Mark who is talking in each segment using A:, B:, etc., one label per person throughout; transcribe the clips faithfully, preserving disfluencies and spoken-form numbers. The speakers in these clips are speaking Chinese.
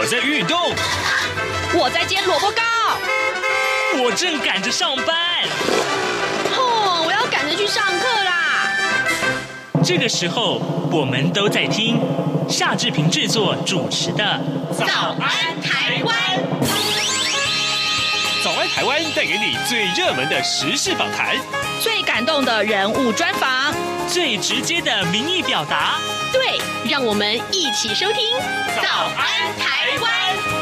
A: 在运动，
B: 我在煎萝卜糕，
A: 我正赶着上班。
B: 哦，我要赶着去上课啦。
A: 这个时候，我们都在听夏志平制作主持的《
B: 早安台湾》。
A: 早安台湾带给你最热门的时事访谈，
B: 最感动的人物专访，
A: 最直接的民意表达。
B: 对，让我们一起收听《早安台湾》。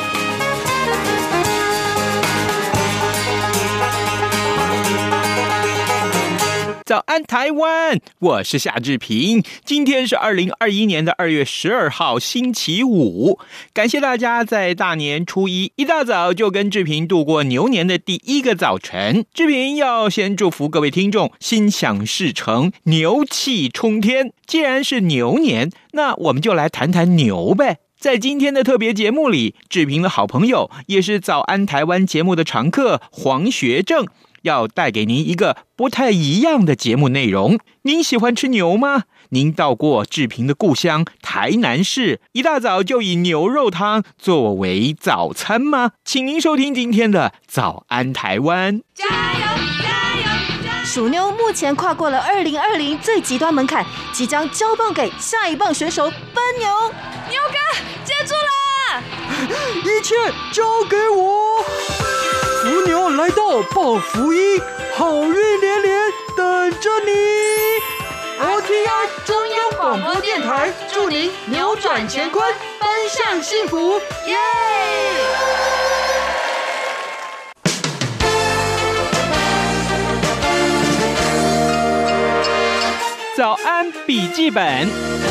C: 早安台湾，我是夏志平。今天是二零二一年的二月十二号，星期五。感谢大家在大年初一一大早就跟志平度过牛年的第一个早晨。志平要先祝福各位听众心想事成，牛气冲天。既然是牛年，那我们就来谈谈牛呗。在今天的特别节目里，志平的好朋友也是早安台湾节目的常客黄学正要带给您一个不太一样的节目内容。您喜欢吃牛吗？您到过志平的故乡台南市，一大早就以牛肉汤作为早餐吗？请您收听今天的早安台湾。
B: 加油加油加油！
D: 属牛目前跨过了二零二零最极端门槛，即将交棒给下一棒选手奔牛。
B: 牛哥接住了，
C: 一切交给我。福牛来到报福音，好运连连等着你。R T I 中央广播电台祝您扭转乾坤，奔向幸福，耶！早安笔记本。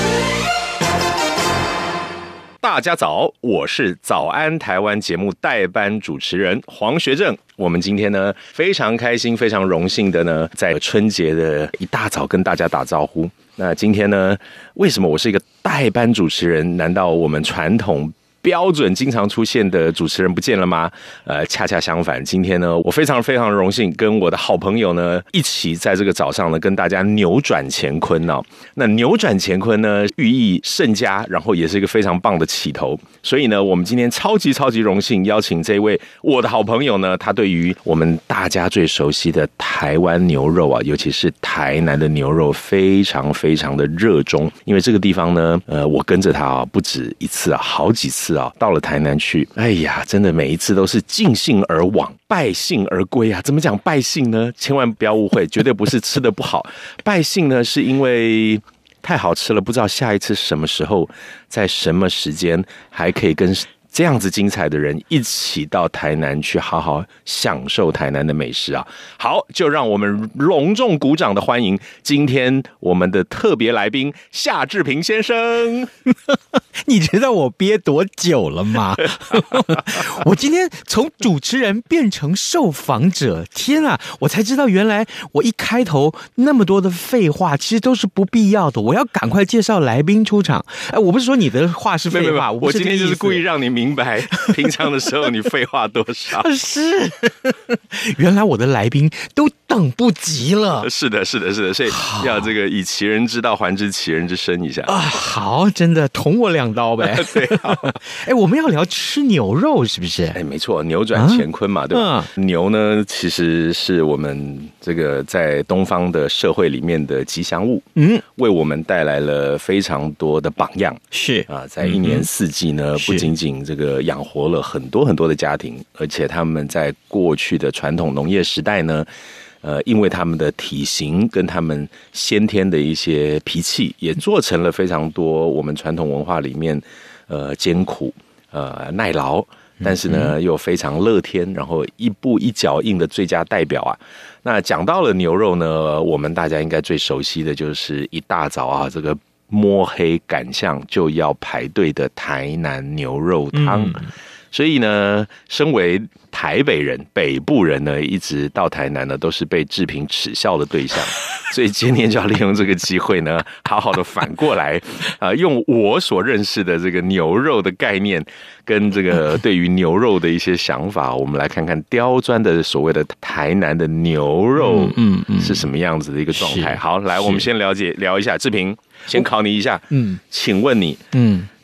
E: 大家早，我是早安台湾节目代班主持人黄学正。我们今天呢非常开心非常荣幸的呢在春节的一大早跟大家打招呼。那今天呢为什么我是一个代班主持人？难道我们传统标准经常出现的主持人不见了吗？呃，恰恰相反，今天呢，我非常非常荣幸跟我的好朋友呢一起在这个早上呢跟大家扭转乾坤哦。那扭转乾坤呢，寓意甚佳，然后也是一个非常棒的起头。所以呢，我们今天超级超级荣幸邀请这位我的好朋友呢，他对于我们大家最熟悉的台湾牛肉啊，尤其是台南的牛肉，非常非常的热衷。因为这个地方呢，呃，我跟着他啊，不止一次啊，好几次。到了台南去，哎呀，真的每一次都是尽兴而往，败兴而归啊！怎么讲败兴呢？千万不要误会，绝对不是吃的不好，败兴呢是因为太好吃了，不知道下一次什么时候，在什么时间还可以跟这样子精彩的人一起到台南去好好享受台南的美食啊！好，就让我们隆重鼓掌的欢迎今天我们的特别来宾夏志平先生。
C: 你知道我憋多久了吗？我今天从主持人变成受访者，天啊，我才知道原来我一开头那么多的废话其实都是不必要的，我要赶快介绍来宾出场。哎，我不是说你的话是废话，
E: 我, 我今天就是故意让你明白平常的时候你废话多少。
C: 是，原来我的来宾都等不及了。
E: 是的是的是的，所以要这个以其人之道还治其人之身一下
C: 啊！好，真的捅我两刀呗。
E: 对，
C: 哎，我们要聊吃牛肉是不是？
E: 哎，没错，扭转乾坤嘛，啊、对吧？嗯、牛呢，其实是我们这个在东方的社会里面的吉祥物，嗯，为我们带来了非常多的榜样。
C: 是
E: 啊，在一年四季呢，嗯、不仅仅这个养活了很多很多的家庭，而且他们在过去的传统农业时代呢。呃，因为他们的体型跟他们先天的一些脾气，也做成了非常多我们传统文化里面，呃，艰苦、呃耐劳，但是呢又非常乐天，然后一步一脚印的最佳代表啊。那讲到了牛肉呢，我们大家应该最熟悉的就是一大早啊，这个摸黑赶巷就要排队的台南牛肉汤。嗯所以呢，身为台北人、北部人呢，一直到台南呢，都是被志平耻笑的对象。所以今天就要利用这个机会呢，好好的反过来，啊、呃，用我所认识的这个牛肉的概念，跟这个对于牛肉的一些想法，我们来看看刁钻的所谓的台南的牛肉，嗯嗯，是什么样子的一个状态。好，来，我们先了解聊一下，志平，先考你一下，嗯，请问你，嗯。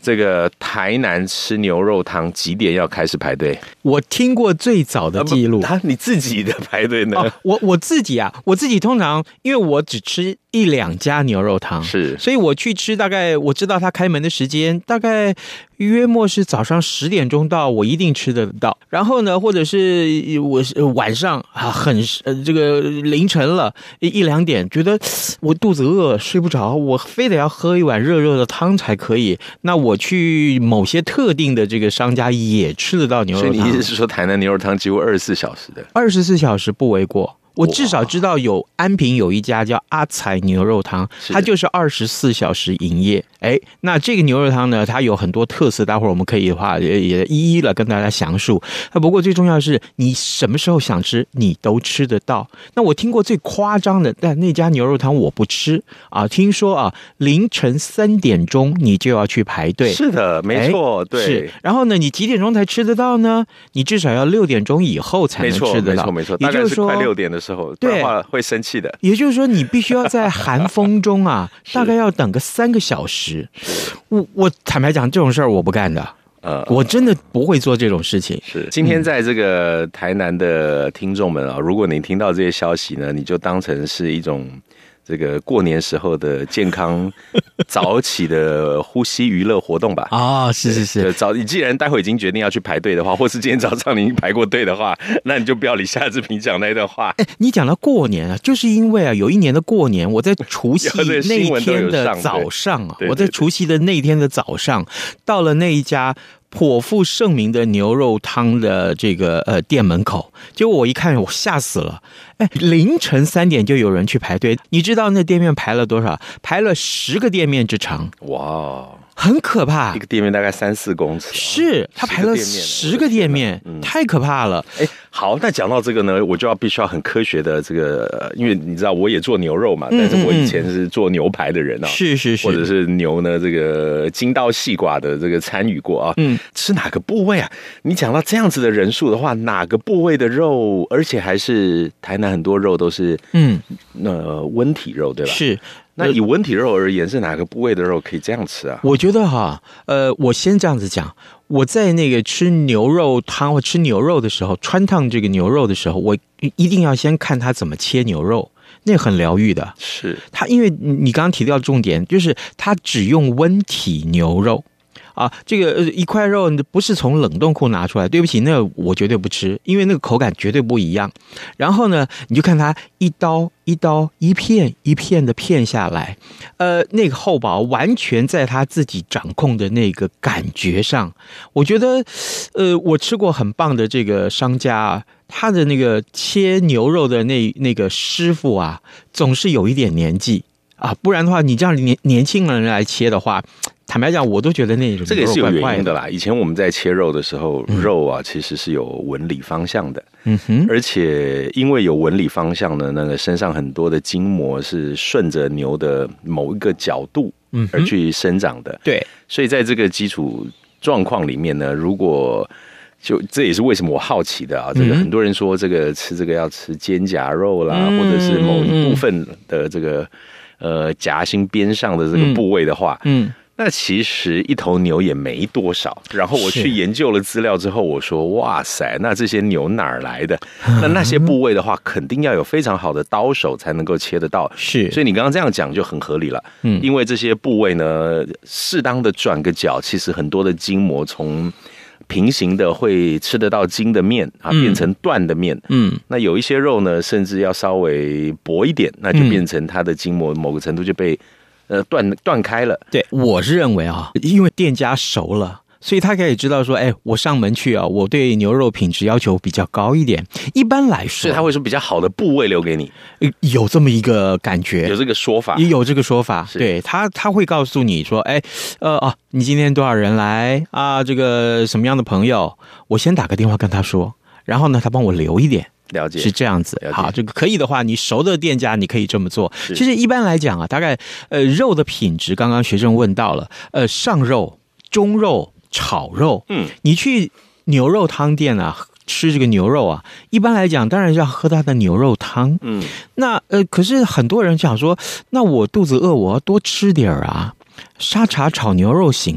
E: 这个台南吃牛肉汤几点要开始排队？
C: 我听过最早的记录，
E: 啊，你自己的排队呢？
C: 哦、我我自己啊，我自己通常因为我只吃一两家牛肉汤，
E: 是，
C: 所以我去吃大概我知道他开门的时间，大概约莫是早上十点钟到，我一定吃得到。然后呢，或者是我晚上啊，很呃这个凌晨了一两点，觉得我肚子饿睡不着，我非得要喝一碗热热的汤才可以。那我去某些特定的这个商家也吃得到牛肉汤。
E: 所以你意思是说，台南牛肉汤几乎二十四小时的？
C: 二十四小时不为过。我至少知道有安平有一家叫阿财牛肉汤，它就是二十四小时营业。哎，那这个牛肉汤呢，它有很多特色，待会儿我们可以的话也也一一了跟大家详述。不过最重要的是，你什么时候想吃，你都吃得到。那我听过最夸张的，但那家牛肉汤我不吃啊。听说啊，凌晨三点钟你就要去排队。
E: 是的，没错，对。
C: 是，然后呢，你几点钟才吃得到呢？你至少要六点钟以后才能吃得到。
E: 没错，没错，没错。也就是说，大概是快六点的时候，不然的话会生气的。
C: 也就是说，你必须要在寒风中啊，大概要等个三个小时。我我坦白讲，这种事儿我不干的。呃，我真的不会做这种事情。
E: 是，今天在这个台南的听众们啊，如果你听到这些消息呢，你就当成是一种这个过年时候的健康早起的呼吸娱乐活动吧。
C: 啊、哦，是是是。
E: 早，你既然待会已经决定要去排队的话，或是今天早上你已经排过队的话，那你就不要理夏志平讲那段话。
C: 哎，你讲到过年啊，就是因为啊，有一年的过年，我在除夕那一天的早上啊，我在除夕的那一天的早上，到了那一家颇负盛名的牛肉汤的这个呃店门口，结果我一看，我吓死了。哎，凌晨三点就有人去排队，你知道那店面排了多少？排了十个店面之长。
E: 哇！
C: 很可怕，
E: 一个店面大概三四公尺，
C: 是他排了十个店面，嗯、太可怕了。
E: 哎，好，那讲到这个呢，我就要必须要很科学的这个，因为你知道我也做牛肉嘛，但是我以前是做牛排的人啊，
C: 是是是，
E: 或者是牛呢这个精刀细剐的这个参与过啊，嗯，吃哪个部位啊？你讲到这样子的人数的话，哪个部位的肉，而且还是台南很多肉都是嗯呃温体肉对吧？
C: 是。
E: 那以温体肉而言，是哪个部位的肉可以这样吃啊？
C: 我觉得哈，呃，我先这样子讲，我在那个吃牛肉汤或吃牛肉的时候，穿烫这个牛肉的时候，我一定要先看他怎么切牛肉，那很疗愈的。
E: 是
C: 他，因为你刚刚提到重点，就是他只用温体牛肉。啊，这个一块肉不是从冷冻库拿出来，对不起，那我绝对不吃，因为那个口感绝对不一样。然后呢，你就看它一刀一刀一片一片的片下来，呃，那个厚薄完全在他自己掌控的那个感觉上。我觉得，呃，我吃过很棒的这个商家啊，他的那个切牛肉的那那个师傅啊，总是有一点年纪啊，不然的话，你这样年年轻人来切的话。坦白讲，我都觉得那种
E: 这个也是有原因的啦。以前我们在切肉的时候，嗯、肉啊其实是有纹理方向的，嗯哼，而且因为有纹理方向呢，那个身上很多的筋膜是顺着牛的某一个角度而去生长的，嗯、
C: 对，
E: 所以在这个基础状况里面呢，如果就这也是为什么我好奇的啊，这个很多人说这个吃这个要吃肩胛肉啦，嗯、或者是某一部分的这个呃夹心边上的这个部位的话，嗯。嗯那其实一头牛也没多少，然后我去研究了资料之后，我说哇塞，那这些牛哪儿来的？那那些部位的话，肯定要有非常好的刀手才能够切得到。
C: 是，
E: 所以你刚刚这样讲就很合理了。嗯，因为这些部位呢，适当的转个角，其实很多的筋膜从平行的会吃得到筋的面啊，变成断的面。嗯，那有一些肉呢，甚至要稍微薄一点，那就变成它的筋膜某个程度就被。呃，断断开了。
C: 对，我是认为啊，因为店家熟了，所以他可以知道说，哎，我上门去啊，我对牛肉品质要求比较高一点。一般来说，
E: 所以他会说比较好的部位留给你，
C: 有这么一个感觉，
E: 有这个说法，
C: 也有这个说法。对他，他会告诉你说，哎，呃啊，你今天多少人来啊？这个什么样的朋友？我先打个电话跟他说，然后呢，他帮我留一点。
E: 了解，
C: 是这样子。好，这个可以的话，你熟的店家你可以这么做。其实一般来讲啊，大概呃肉的品质，刚刚学生问到了，呃上肉、中肉、炒肉，嗯，你去牛肉汤店啊吃这个牛肉啊，一般来讲当然要喝它的牛肉汤，嗯，那呃可是很多人想说，那我肚子饿，我要多吃点啊，沙茶炒牛肉行呗。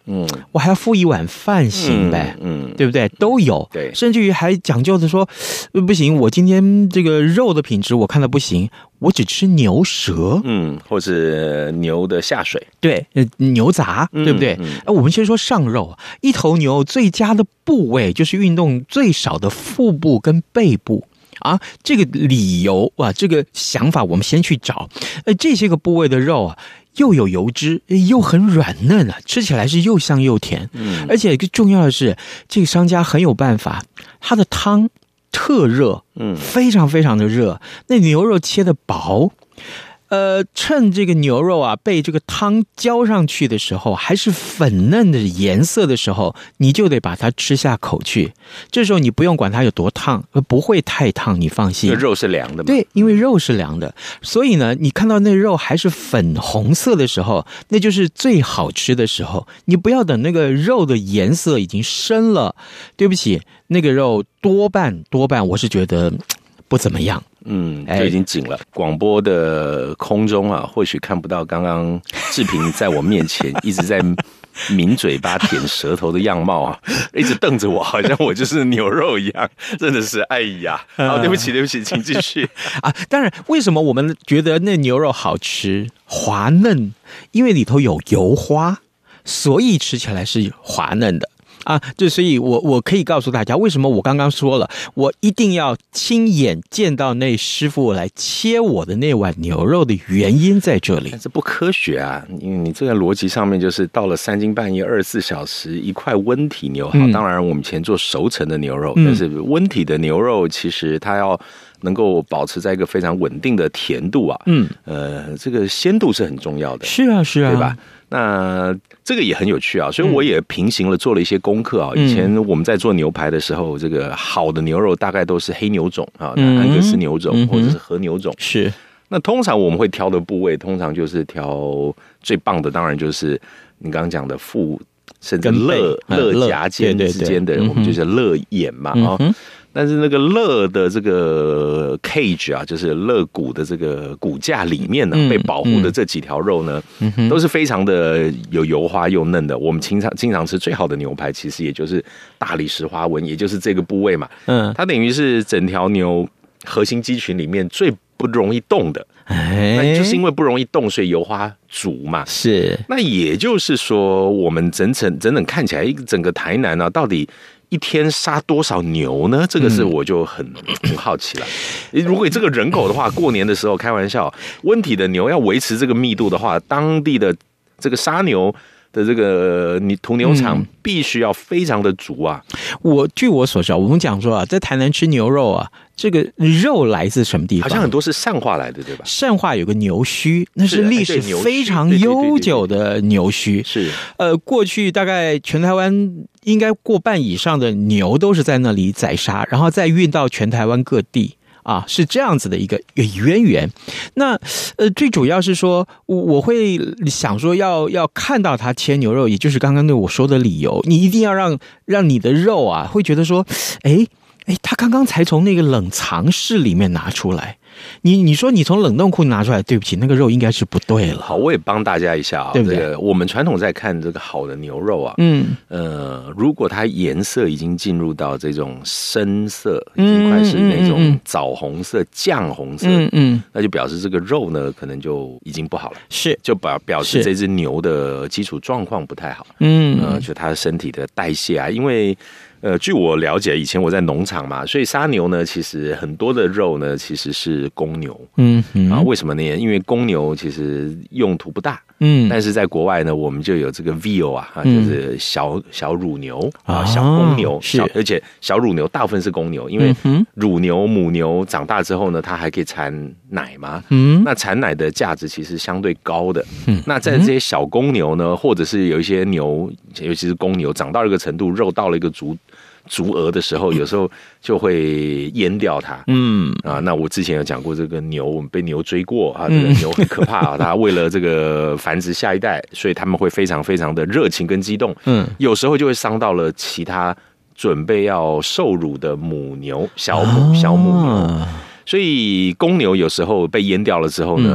C: 嗯，我还要付一碗饭行呗，嗯，嗯对不对？都有，
E: 对，
C: 甚至于还讲究的说，不行，我今天这个肉的品质我看到不行，我只吃牛舌，
E: 嗯，或是牛的下水，
C: 对，牛杂，对不对？嗯嗯、我们先说上肉，一头牛最佳的部位就是运动最少的腹部跟背部。啊，这个理由啊，这个想法，我们先去找。呃，这些个部位的肉啊，又有油脂，又很软嫩啊，吃起来是又香又甜。嗯，而且更重要的是，这个商家很有办法，它的汤特热，嗯，非常非常的热，那牛肉切的薄。呃，趁这个牛肉啊被这个汤浇上去的时候，还是粉嫩的颜色的时候，你就得把它吃下口去。这时候你不用管它有多烫，不会太烫，你放心。
E: 肉是凉的嘛？
C: 对，因为肉是凉的，所以呢，你看到那肉还是粉红色的时候，那就是最好吃的时候。你不要等那个肉的颜色已经深了，对不起，那个肉多半多半我是觉得不怎么样。
E: 嗯，就已经紧了。广播的空中啊，或许看不到刚刚志平在我面前一直在抿嘴巴、舔舌头的样貌啊，一直瞪着我，好像我就是牛肉一样，真的是哎呀！好，对不起，对不起，请继续
C: 啊。当然，为什么我们觉得那牛肉好吃、滑嫩？因为里头有油花，所以吃起来是滑嫩的。啊，这所以我我可以告诉大家，为什么我刚刚说了，我一定要亲眼见到那师傅来切我的那碗牛肉的原因在这里。
E: 但是不科学啊，因为你这个逻辑上面就是到了三更半夜二十四小时一块温体牛，好，嗯、当然我们以前做熟成的牛肉，嗯、但是温体的牛肉其实它要能够保持在一个非常稳定的甜度啊，嗯，呃，这个鲜度是很重要的。
C: 是啊，是啊，
E: 对吧？那这个也很有趣啊，所以我也平行了做了一些功课啊。嗯、以前我们在做牛排的时候，这个好的牛肉大概都是黑牛种啊，嗯、安格斯牛种、嗯、或者是和牛种。
C: 是，
E: 那通常我们会挑的部位，通常就是挑最棒的，当然就是你刚刚讲的腹，甚至肋肋夹间之间的，我们就是肋眼嘛啊。嗯但是那个肋的这个 cage 啊，就是肋骨的这个骨架里面呢，嗯、被保护的这几条肉呢，嗯、都是非常的有油花又嫩的。我们经常经常吃最好的牛排，其实也就是大理石花纹，也就是这个部位嘛。嗯，它等于是整条牛核心肌群里面最不容易动的。哎，那就是因为不容易动，所以油花足嘛。
C: 是，
E: 那也就是说，我们整整整整看起来，整个台南啊，到底一天杀多少牛呢？这个是我就很、嗯、很好奇了。如果这个人口的话，过年的时候开玩笑，温体的牛要维持这个密度的话，当地的这个杀牛的这个屠牛场必须要非常的足啊。
C: 我据我所知，我们讲说啊，在台南吃牛肉啊，这个肉来自什么地方？
E: 好像很多是善化来的，对吧？
C: 善化有个牛墟，那是历史非常悠久的牛墟。
E: 是，
C: 呃，过去大概全台湾应该过半以上的牛都是在那里宰杀，然后再运到全台湾各地。啊，是这样子的一个一个渊源。那呃，最主要是说，我会想说要要看到他切牛肉，也就是刚刚对我说的理由，你一定要让让你的肉啊，会觉得说，哎哎，他刚刚才从那个冷藏室里面拿出来。你你说你从冷冻库拿出来，对不起，那个肉应该是不对了。
E: 好，我也帮大家一下啊，对不对？这个、我们传统在看这个好的牛肉啊，嗯，呃，如果它颜色已经进入到这种深色，已经快是那种枣红色、酱红色，嗯嗯，那就表示这个肉呢，可能就已经不好了，
C: 是，
E: 就表表示这只牛的基础状况不太好，嗯，呃，就它的身体的代谢啊，因为。呃，据我了解，以前我在农场嘛，所以杀牛呢，其实很多的肉呢，其实是公牛。嗯嗯啊，为什么呢？因为公牛其实用途不大。嗯，但是在国外呢，我们就有这个 veal 啊，就是小小乳牛啊，小公牛，小而且小乳牛大部分是公牛，因为乳牛母牛长大之后呢，它还可以产奶嘛。嗯，那产奶的价值其实相对高的。嗯，那在这些小公牛呢，或者是有一些牛，尤其是公牛长到一个程度，肉到了一个足。足额的时候，有时候就会淹掉它。嗯啊，那我之前有讲过，这个牛我们被牛追过啊，这个牛很可怕啊。它为了这个繁殖下一代，所以他们会非常非常的热情跟激动。嗯，有时候就会伤到了其他准备要受乳的母牛、小母、小母牛。所以公牛有时候被淹掉了之后呢，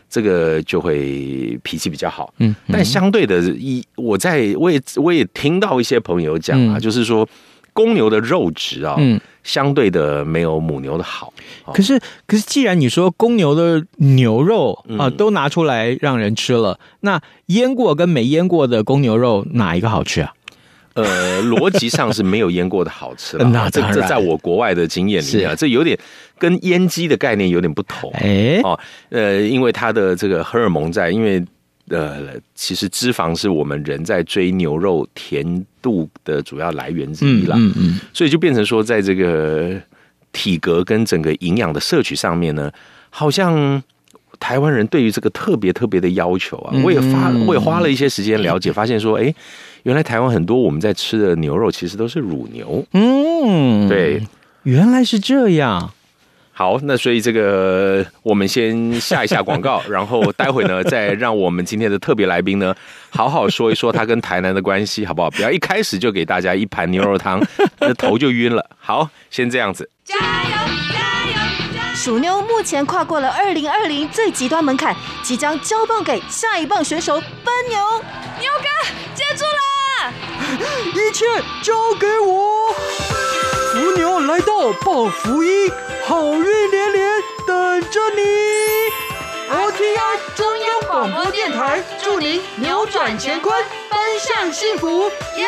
E: 这个就会脾气比较好。
C: 嗯，
E: 但相对的，一我在我也我也听到一些朋友讲啊，嗯、就是说公牛的肉质啊，嗯，相对的没有母牛的好。
C: 可是可是，既然你说公牛的牛肉啊、呃、都拿出来让人吃了，那腌过跟没腌过的公牛肉哪一个好吃啊？
E: 呃，逻辑上是没有腌过的好吃了。
C: 那
E: 这这在我国外的经验里面、啊，这有点跟腌鸡的概念有点不同。
C: 哎，
E: 哦，呃，因为它的这个荷尔蒙在，因为呃，其实脂肪是我们人在追牛肉甜度的主要来源之一啦。嗯 嗯, 嗯，所以就变成说，在这个体格跟整个营养的摄取上面呢，好像台湾人对于这个特别特别的要求啊。我也发，我也花了一些时间了解，发现说，哎。原来台湾很多我们在吃的牛肉其实都是乳牛，
C: 嗯，
E: 对，
C: 原来是这样。
E: 好，那所以这个我们先下一下广告，然后待会呢再让我们今天的特别来宾呢好好说一说他跟台南的关系，好不好？不要一开始就给大家一盘牛肉汤，那头就晕了。好，先这样子，
B: 加油加油！
D: 鼠妞目前跨过了二零二零最极端门槛，即将交棒给下一棒选手奔牛。
B: 牛哥，接住了！
C: 一切交给我！福牛来到报福音，好运连连等着你。O T I 中央广播电台祝您扭转乾坤，奔向幸福，耶！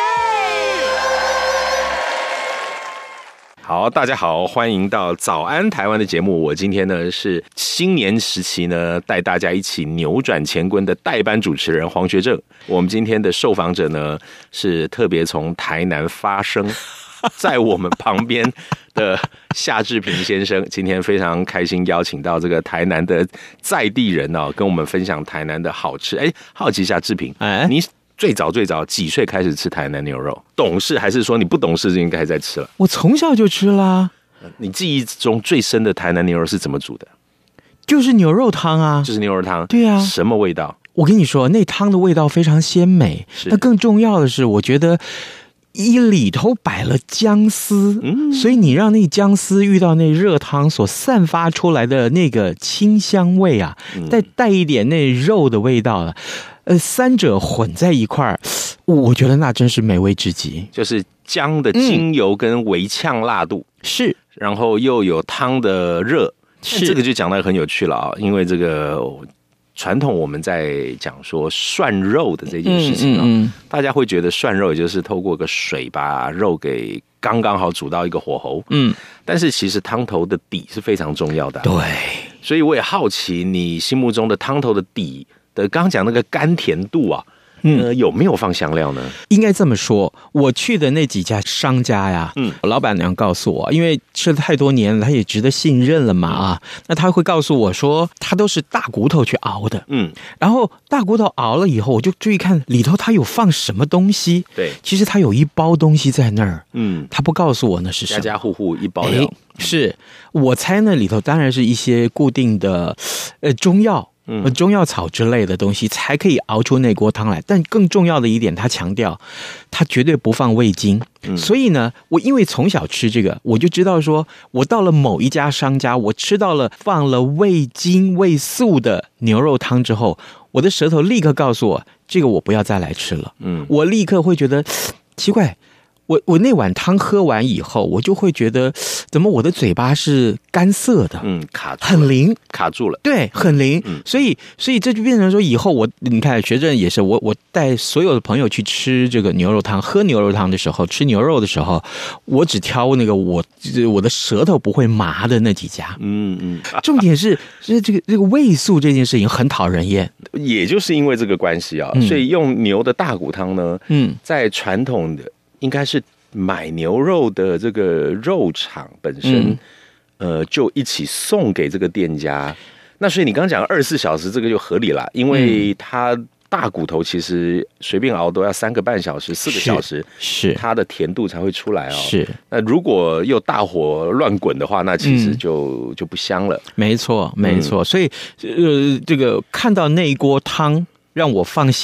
E: 好，大家好，欢迎到早安台湾的节目。我今天呢是新年时期呢带大家一起扭转乾坤的代班主持人黄学正。我们今天的受访者呢是特别从台南发声，在我们旁边的夏志平先生。今天非常开心邀请到这个台南的在地人哦，跟我们分享台南的好吃。哎，好奇一下志平，哎，你最早最早几岁开始吃台南牛肉？懂事还是说你不懂事就应该在吃了？
C: 我从小就吃啦。
E: 你记忆中最深的台南牛肉是怎么煮的？
C: 就是牛肉汤啊，
E: 就是牛肉汤。
C: 对啊，
E: 什么味道？
C: 我跟你说，那汤的味道非常鲜美。那更重要的是，我觉得一里头摆了姜丝，嗯，所以你让那姜丝遇到那热汤所散发出来的那个清香味啊，再带一点那肉的味道了。呃，三者混在一块儿，我觉得那真是美味至极。
E: 就是姜的精油跟微呛辣度、嗯、
C: 是，
E: 然后又有汤的热，是这个就讲到很有趣了啊、哦。因为这个传统我们在讲说涮肉的这件事情啊、哦嗯嗯嗯，大家会觉得涮肉也就是透过个水把肉给刚刚好煮到一个火候，嗯，但是其实汤头的底是非常重要的、啊。
C: 对，
E: 所以我也好奇你心目中的汤头的底。刚刚讲那个甘甜度啊，嗯、呃，有没有放香料呢？
C: 应该这么说，我去的那几家商家呀，嗯，老板娘告诉我，因为吃了太多年了，他也值得信任了嘛啊，那他会告诉我说，他都是大骨头去熬的，嗯，然后大骨头熬了以后，我就注意看里头他有放什么东西，
E: 对，
C: 其实他有一包东西在那儿，嗯，他不告诉我那是什么，
E: 家家户户一包料，
C: 是我猜那里头当然是一些固定的呃中药。嗯，中药草之类的东西才可以熬出那锅汤来。但更重要的一点，他强调，他绝对不放味精。嗯、所以呢，我因为从小吃这个，我就知道说，我到了某一家商家，我吃到了放了味精、味素的牛肉汤之后，我的舌头立刻告诉我，这个我不要再来吃了。嗯，我立刻会觉得奇怪。我我那碗汤喝完以后，我就会觉得，怎么我的嘴巴是干涩的，
E: 嗯，卡住
C: 很灵，
E: 卡住了，
C: 对，很灵，
E: 嗯，
C: 所以所以这就变成说，以后我你看学正也是，我我带所有的朋友去吃这个牛肉汤，喝牛肉汤的时候，吃牛肉的时候，我只挑那个我我的舌头不会麻的那几家，嗯嗯，重点是是这个这个味素这件事情很讨人厌，
E: 也就是因为这个关系啊，嗯，所以用牛的大骨汤呢，嗯，在传统的。应该是买牛肉的这个肉厂本身，嗯、呃，就一起送给这个店家。那所以你刚刚讲二十四小时，这个就合理了，因为它大骨头其实随便熬都要三个半小时、四个小时，
C: 是
E: 它的甜度才会出来哦。
C: 是，
E: 那如果又大火乱滚的话，那其实就、嗯、就不香了。
C: 没错，没错。嗯、所以呃，这个看到那一锅汤让我放心。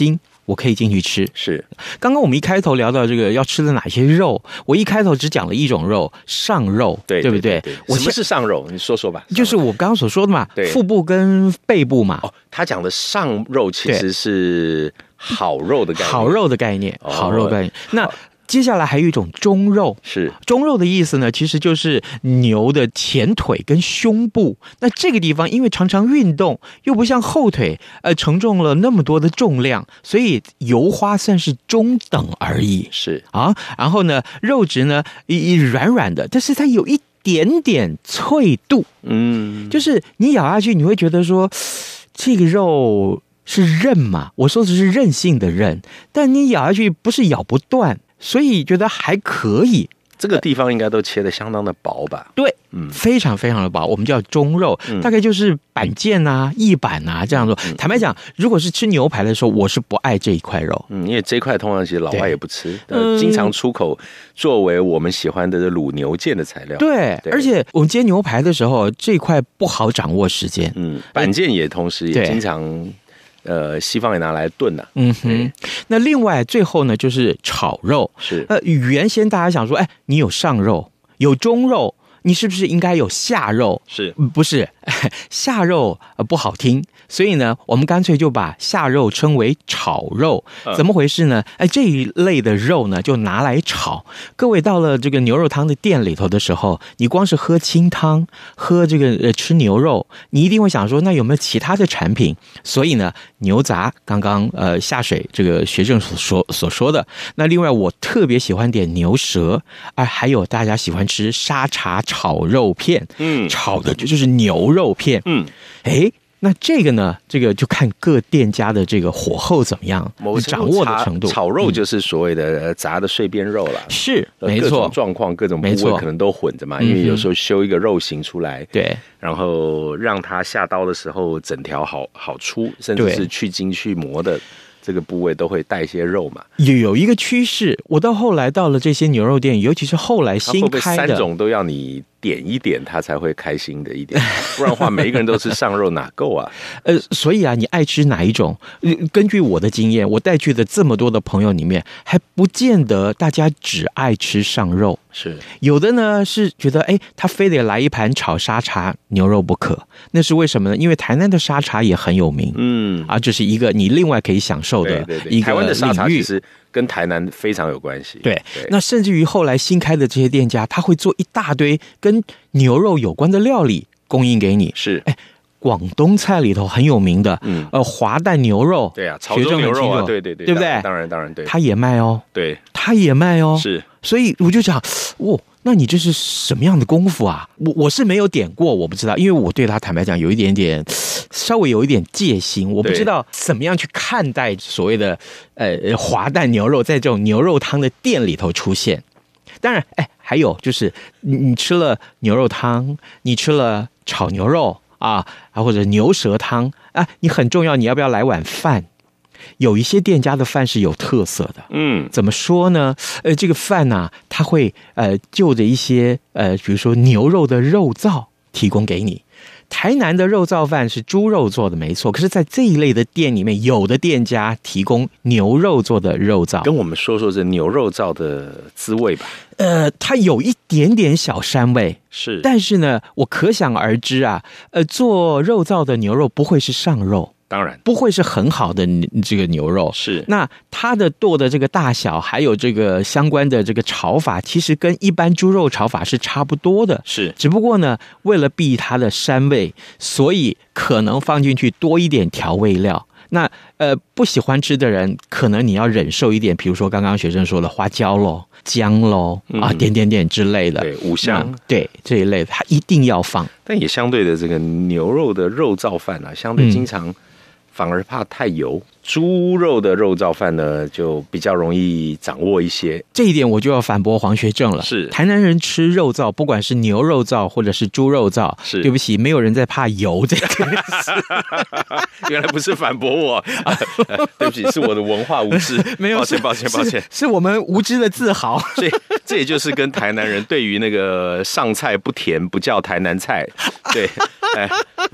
C: 我可以进去吃。
E: 是，
C: 刚刚我们一开头聊到这个要吃的哪些肉，我一开头只讲了一种肉，上肉，
E: 对
C: 对不对？
E: 对对对，什么是上肉？你说说吧。
C: 就是我刚刚所说的嘛，
E: 对，
C: 腹部跟背部嘛。
E: 哦，他讲的上肉其实是好肉的概念，
C: 好肉的概念，
E: 哦、
C: 好肉的概念。那接下来还有一种中肉，
E: 是
C: 中肉的意思呢，其实就是牛的前腿跟胸部。那这个地方因为常常运动，又不像后腿，呃，承重了那么多的重量，所以油花算是中等而已。
E: 是
C: 啊，然后呢，肉质呢，一软软的，但是它有一点点脆度。嗯，就是你咬下去，你会觉得说，这个肉是韧嘛？我说的是韧性的韧，但你咬下去不是咬不断。所以觉得还可以，
E: 这个地方应该都切得相当的薄吧？
C: 对，嗯，非常非常的薄，我们叫中肉，嗯、大概就是板腱啊、翼板啊这样做。嗯、坦白讲，如果是吃牛排的时候，我是不爱这一块肉，
E: 嗯，因为这一块通常其实老外也不吃，呃，经常出口作为我们喜欢的卤牛腱的材料。
C: 对，对而且我们煎牛排的时候，这一块不好掌握时间，
E: 嗯，板腱也同时也经常。呃，西方也拿来炖的、啊。
C: 嗯哼。那另外最后呢，就是炒肉。
E: 是。
C: 呃，原先大家想说，哎，你有上肉，有中肉，你是不是应该有下肉？
E: 是。
C: 不是，下肉、呃、不好听，所以呢，我们干脆就把下肉称为炒肉。嗯、怎么回事呢？哎，这一类的肉呢，就拿来炒。各位到了这个牛肉汤的店里头的时候，你光是喝清汤，喝这个呃吃牛肉，你一定会想说，那有没有其他的产品？所以呢，牛杂刚刚呃下水这个学政所说所说的。那另外我特别喜欢点牛舌，啊，还有大家喜欢吃沙茶炒肉片，嗯，炒的就就是牛肉片，嗯，哎。那这个呢？这个就看各店家的这个火候怎么样，掌握的程度。
E: 炒肉就是所谓的炸的碎边肉了，
C: 是没错，
E: 各种状况、各种部位可能都混着嘛。因为有时候修一个肉形出来，
C: 对，
E: 然后让它下刀的时候整条好好出，甚至是去筋去膜的。这个部位都会带一些肉嘛，
C: 有有一个趋势，我到后来到了这些牛肉店，尤其是后来新开的，
E: 会不会三种都要你点一点，他才会开心的一点，不然的话，每一个人都吃上肉哪够啊？
C: 呃，所以啊，你爱吃哪一种？根据我的经验，我带去的这么多的朋友里面，还不见得大家只爱吃上肉。
E: 是
C: 有的呢，是觉得哎，他非得来一盘炒沙茶牛肉不可。那是为什么呢？因为台南的沙茶也很有名，嗯，啊，这是一个你另外可以享受的一个
E: 对对对，台湾的沙茶其实跟台南非常有关系。
C: 对，对那甚至于后来新开的这些店家，他会做一大堆跟牛肉有关的料理供应给你。
E: 是，
C: 哎。广东菜里头很有名的，嗯，呃，滑蛋牛肉，
E: 对啊，潮州牛肉啊，对对对，
C: 对不对？
E: 当然当然对，
C: 他也卖哦，
E: 对，
C: 他也卖哦，
E: 是，
C: 所以我就讲，哦，那你这是什么样的功夫啊？我我是没有点过，我不知道，因为我对他坦白讲有一点点，稍微有一点戒心，我不知道怎么样去看待所谓的呃滑蛋牛肉在这种牛肉汤的店里头出现。当然，哎，还有就是你你吃了牛肉汤，你吃了炒牛肉。啊，或者牛舌汤啊，你很重要，你要不要来碗饭？有一些店家的饭是有特色的，嗯，怎么说呢？呃，这个饭呢、啊，它会呃就着一些呃，比如说牛肉的肉燥提供给你。台南的肉燥饭是猪肉做的，没错。可是，在这一类的店里面，有的店家提供牛肉做的肉燥，
E: 跟我们说说这牛肉燥的滋味吧。
C: 呃，它有一点点小膻味，
E: 是，
C: 但是呢，我可想而知啊，呃，做肉燥的牛肉不会是上肉。
E: 当然
C: 不会是很好的这个牛肉，
E: 是
C: 那它的剁的这个大小，还有这个相关的这个炒法，其实跟一般猪肉炒法是差不多的，
E: 是
C: 只不过呢，为了避它的膻味，所以可能放进去多一点调味料。那呃，不喜欢吃的人，可能你要忍受一点，比如说刚刚学生说的花椒咯、姜咯、嗯、啊，点点点之类的，
E: 对，五香，
C: 对这一类的，它一定要放。
E: 但也相对的，这个牛肉的肉燥饭啊，相对经常、嗯。反而怕太油，猪肉的肉燥饭呢就比较容易掌握一些。
C: 这一点我就要反驳黄学正了。
E: 是
C: 台南人吃肉燥，不管是牛肉燥或者是猪肉燥，
E: 是
C: 对不起，没有人在怕油这个事。
E: 原来不是反驳我、啊呃，对不起，是我的文化无知。
C: 没有，
E: 抱歉，抱歉，抱歉，
C: 是我们无知的自豪。
E: 所以这也就是跟台南人对于那个上菜不甜不叫台南菜，对，哎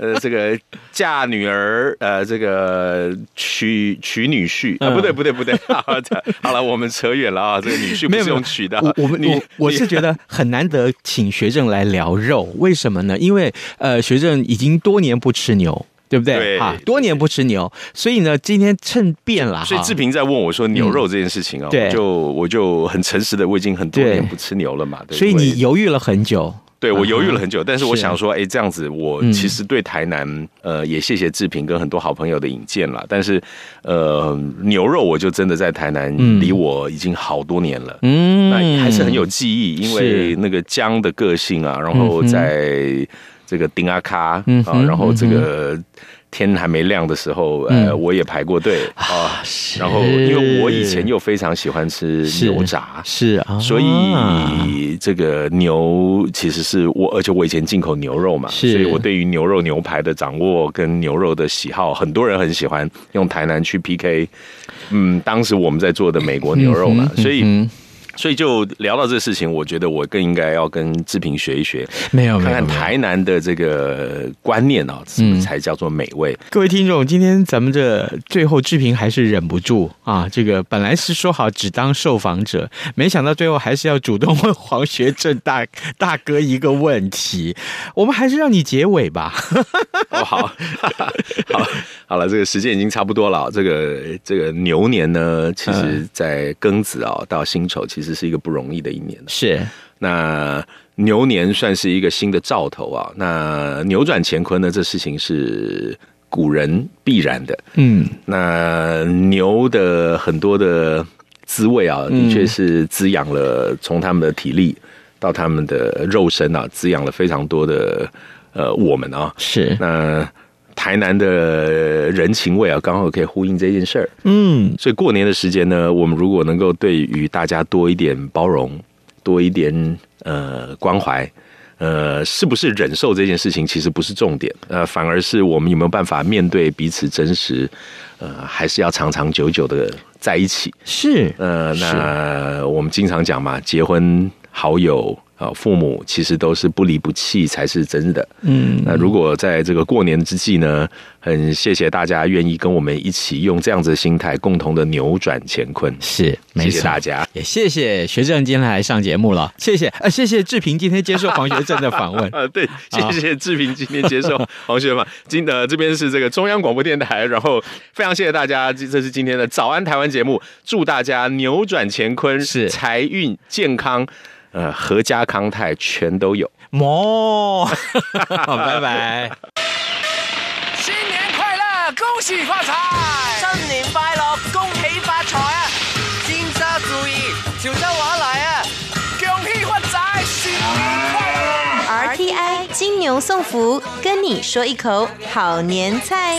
E: 呃，这个嫁女儿，呃，这个娶娶女婿啊，不对不对不对，好, 好了，我们扯远了啊，这个女婿不是用娶的。
C: 我我们我我是觉得很难得请学正来聊肉，为什么呢？因为呃，学正已经多年不吃牛。对不对？
E: 对
C: 啊，多年不吃牛，所以呢，今天趁便了。
E: 所以志平在问我说牛肉这件事情啊，嗯、我就我就很诚实的，我已经很多年不吃牛了嘛，对。
C: 所以你犹豫了很久。
E: 对，我犹豫了很久，但是我想说，哎，这样子，我其实对台南，呃，也谢谢志平跟很多好朋友的引荐啦。但是，呃，牛肉我就真的在台南，离我已经好多年了，嗯，那还是很有记忆，因为那个姜的个性啊，然后在这个丁阿卡、嗯、啊，然后这个。天还没亮的时候，呃，嗯、我也排过队啊。然后，因为我以前又非常喜欢吃牛杂，
C: 是啊，
E: 所以这个牛其实是我，而且我以前进口牛肉嘛，所以我对于牛肉牛排的掌握跟牛肉的喜好，很多人很喜欢用台南去 P K。嗯，当时我们在做的美国牛肉嘛，嗯、所以。嗯所以就聊到这事情，我觉得我更应该要跟志平学一学，
C: 没有
E: 看看台南的这个观念啊，什么才叫做美味？
C: 各位听众，今天咱们这最后志平还是忍不住啊，这个本来是说好只当受访者，没想到最后还是要主动问黄学正大大哥一个问题，我们还是让你结尾吧。
E: 哦，好，好，好了，这个时间已经差不多了。这个这个牛年呢，其实在庚子啊到辛丑，其实是一个不容易的一年。
C: 是，
E: 那牛年算是一个新的兆头啊。那扭转乾坤呢，这事情是古人必然的。嗯，那牛的很多的滋味啊，的确是滋养了从他们的体力到他们的肉身啊，滋养了非常多的。呃，我们啊，
C: 是
E: 那台南的人情味啊，刚好可以呼应这件事儿。嗯，所以过年的时间呢，我们如果能够对于大家多一点包容，多一点呃关怀，呃，是不是忍受这件事情，其实不是重点，呃，反而是我们有没有办法面对彼此真实，呃，还是要长长久久的在一起。
C: 是，
E: 呃，那我们经常讲嘛，结婚好友。父母其实都是不离不弃才是真的。嗯，那如果在这个过年之际呢，很谢谢大家愿意跟我们一起用这样子的心态，共同的扭转乾坤。
C: 是，
E: 谢谢大家，
C: 也谢谢学正今天来上节目了，谢谢，呃，谢谢志平今天接受黄学正的访问。
E: 呃，对，谢谢志平今天接受黄学嘛。今呃这边是这个中央广播电台，然后非常谢谢大家，这是今天的早安台湾节目，祝大家扭转乾坤，
C: 是财
E: 运健康。呃，阖家康泰全都有。
C: 么，拜拜。
F: 新年快乐，恭喜发财！
G: 新年快乐，恭喜發財啊！尖沙咀潮州話嚟啊！
F: 恭喜發財，新年快樂
D: ！R T I 金牛送福，跟你說一口好年菜。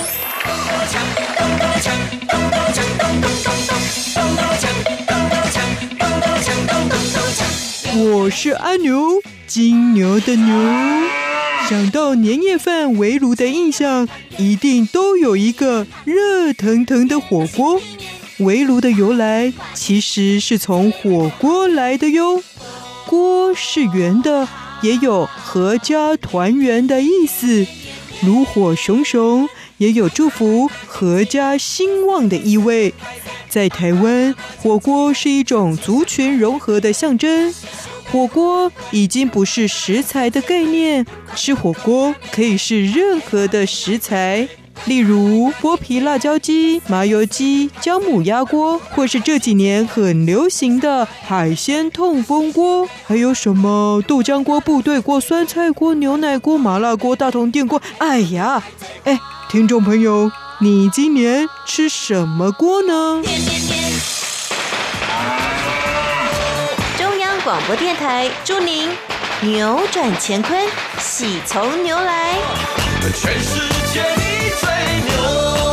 H: 我是阿牛，金牛的牛。想到年夜饭围炉的印象，一定都有一个热腾腾的火锅。围炉的由来其实是从火锅来的哟。锅是圆的，也有阖家团圆的意思。炉火熊熊，也有祝福阖家兴旺的意味。在台湾，火锅是一种族群融合的象征。火锅已经不是食材的概念，吃火锅可以是任何的食材，例如剥皮辣椒鸡、麻油鸡、姜母鸭锅，或是这几年很流行的海鲜痛风锅，还有什么豆浆锅、部队锅、酸菜锅、牛奶锅、麻辣锅、大同电锅。哎呀，哎，听众朋友，你今年吃什么锅呢？
D: 广播电台祝您扭转乾坤，喜从牛来。
F: 全世界你最牛！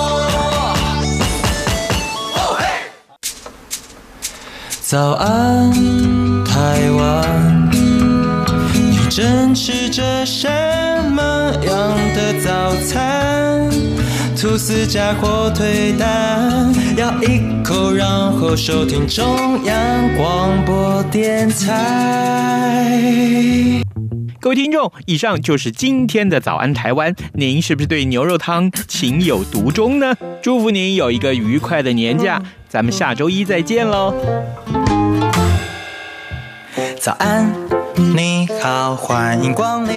F: 哦嘿！
I: 早安，台湾，你正吃着什么样的早餐？吐司加火腿蛋，咬一口，然后收听中央广播电台。
C: 各位听众，以上就是今天的早安台湾。您是不是对牛肉汤情有独钟呢？祝福您有一个愉快的年假，咱们下周一再见喽。
I: 早安，你好，欢迎光临。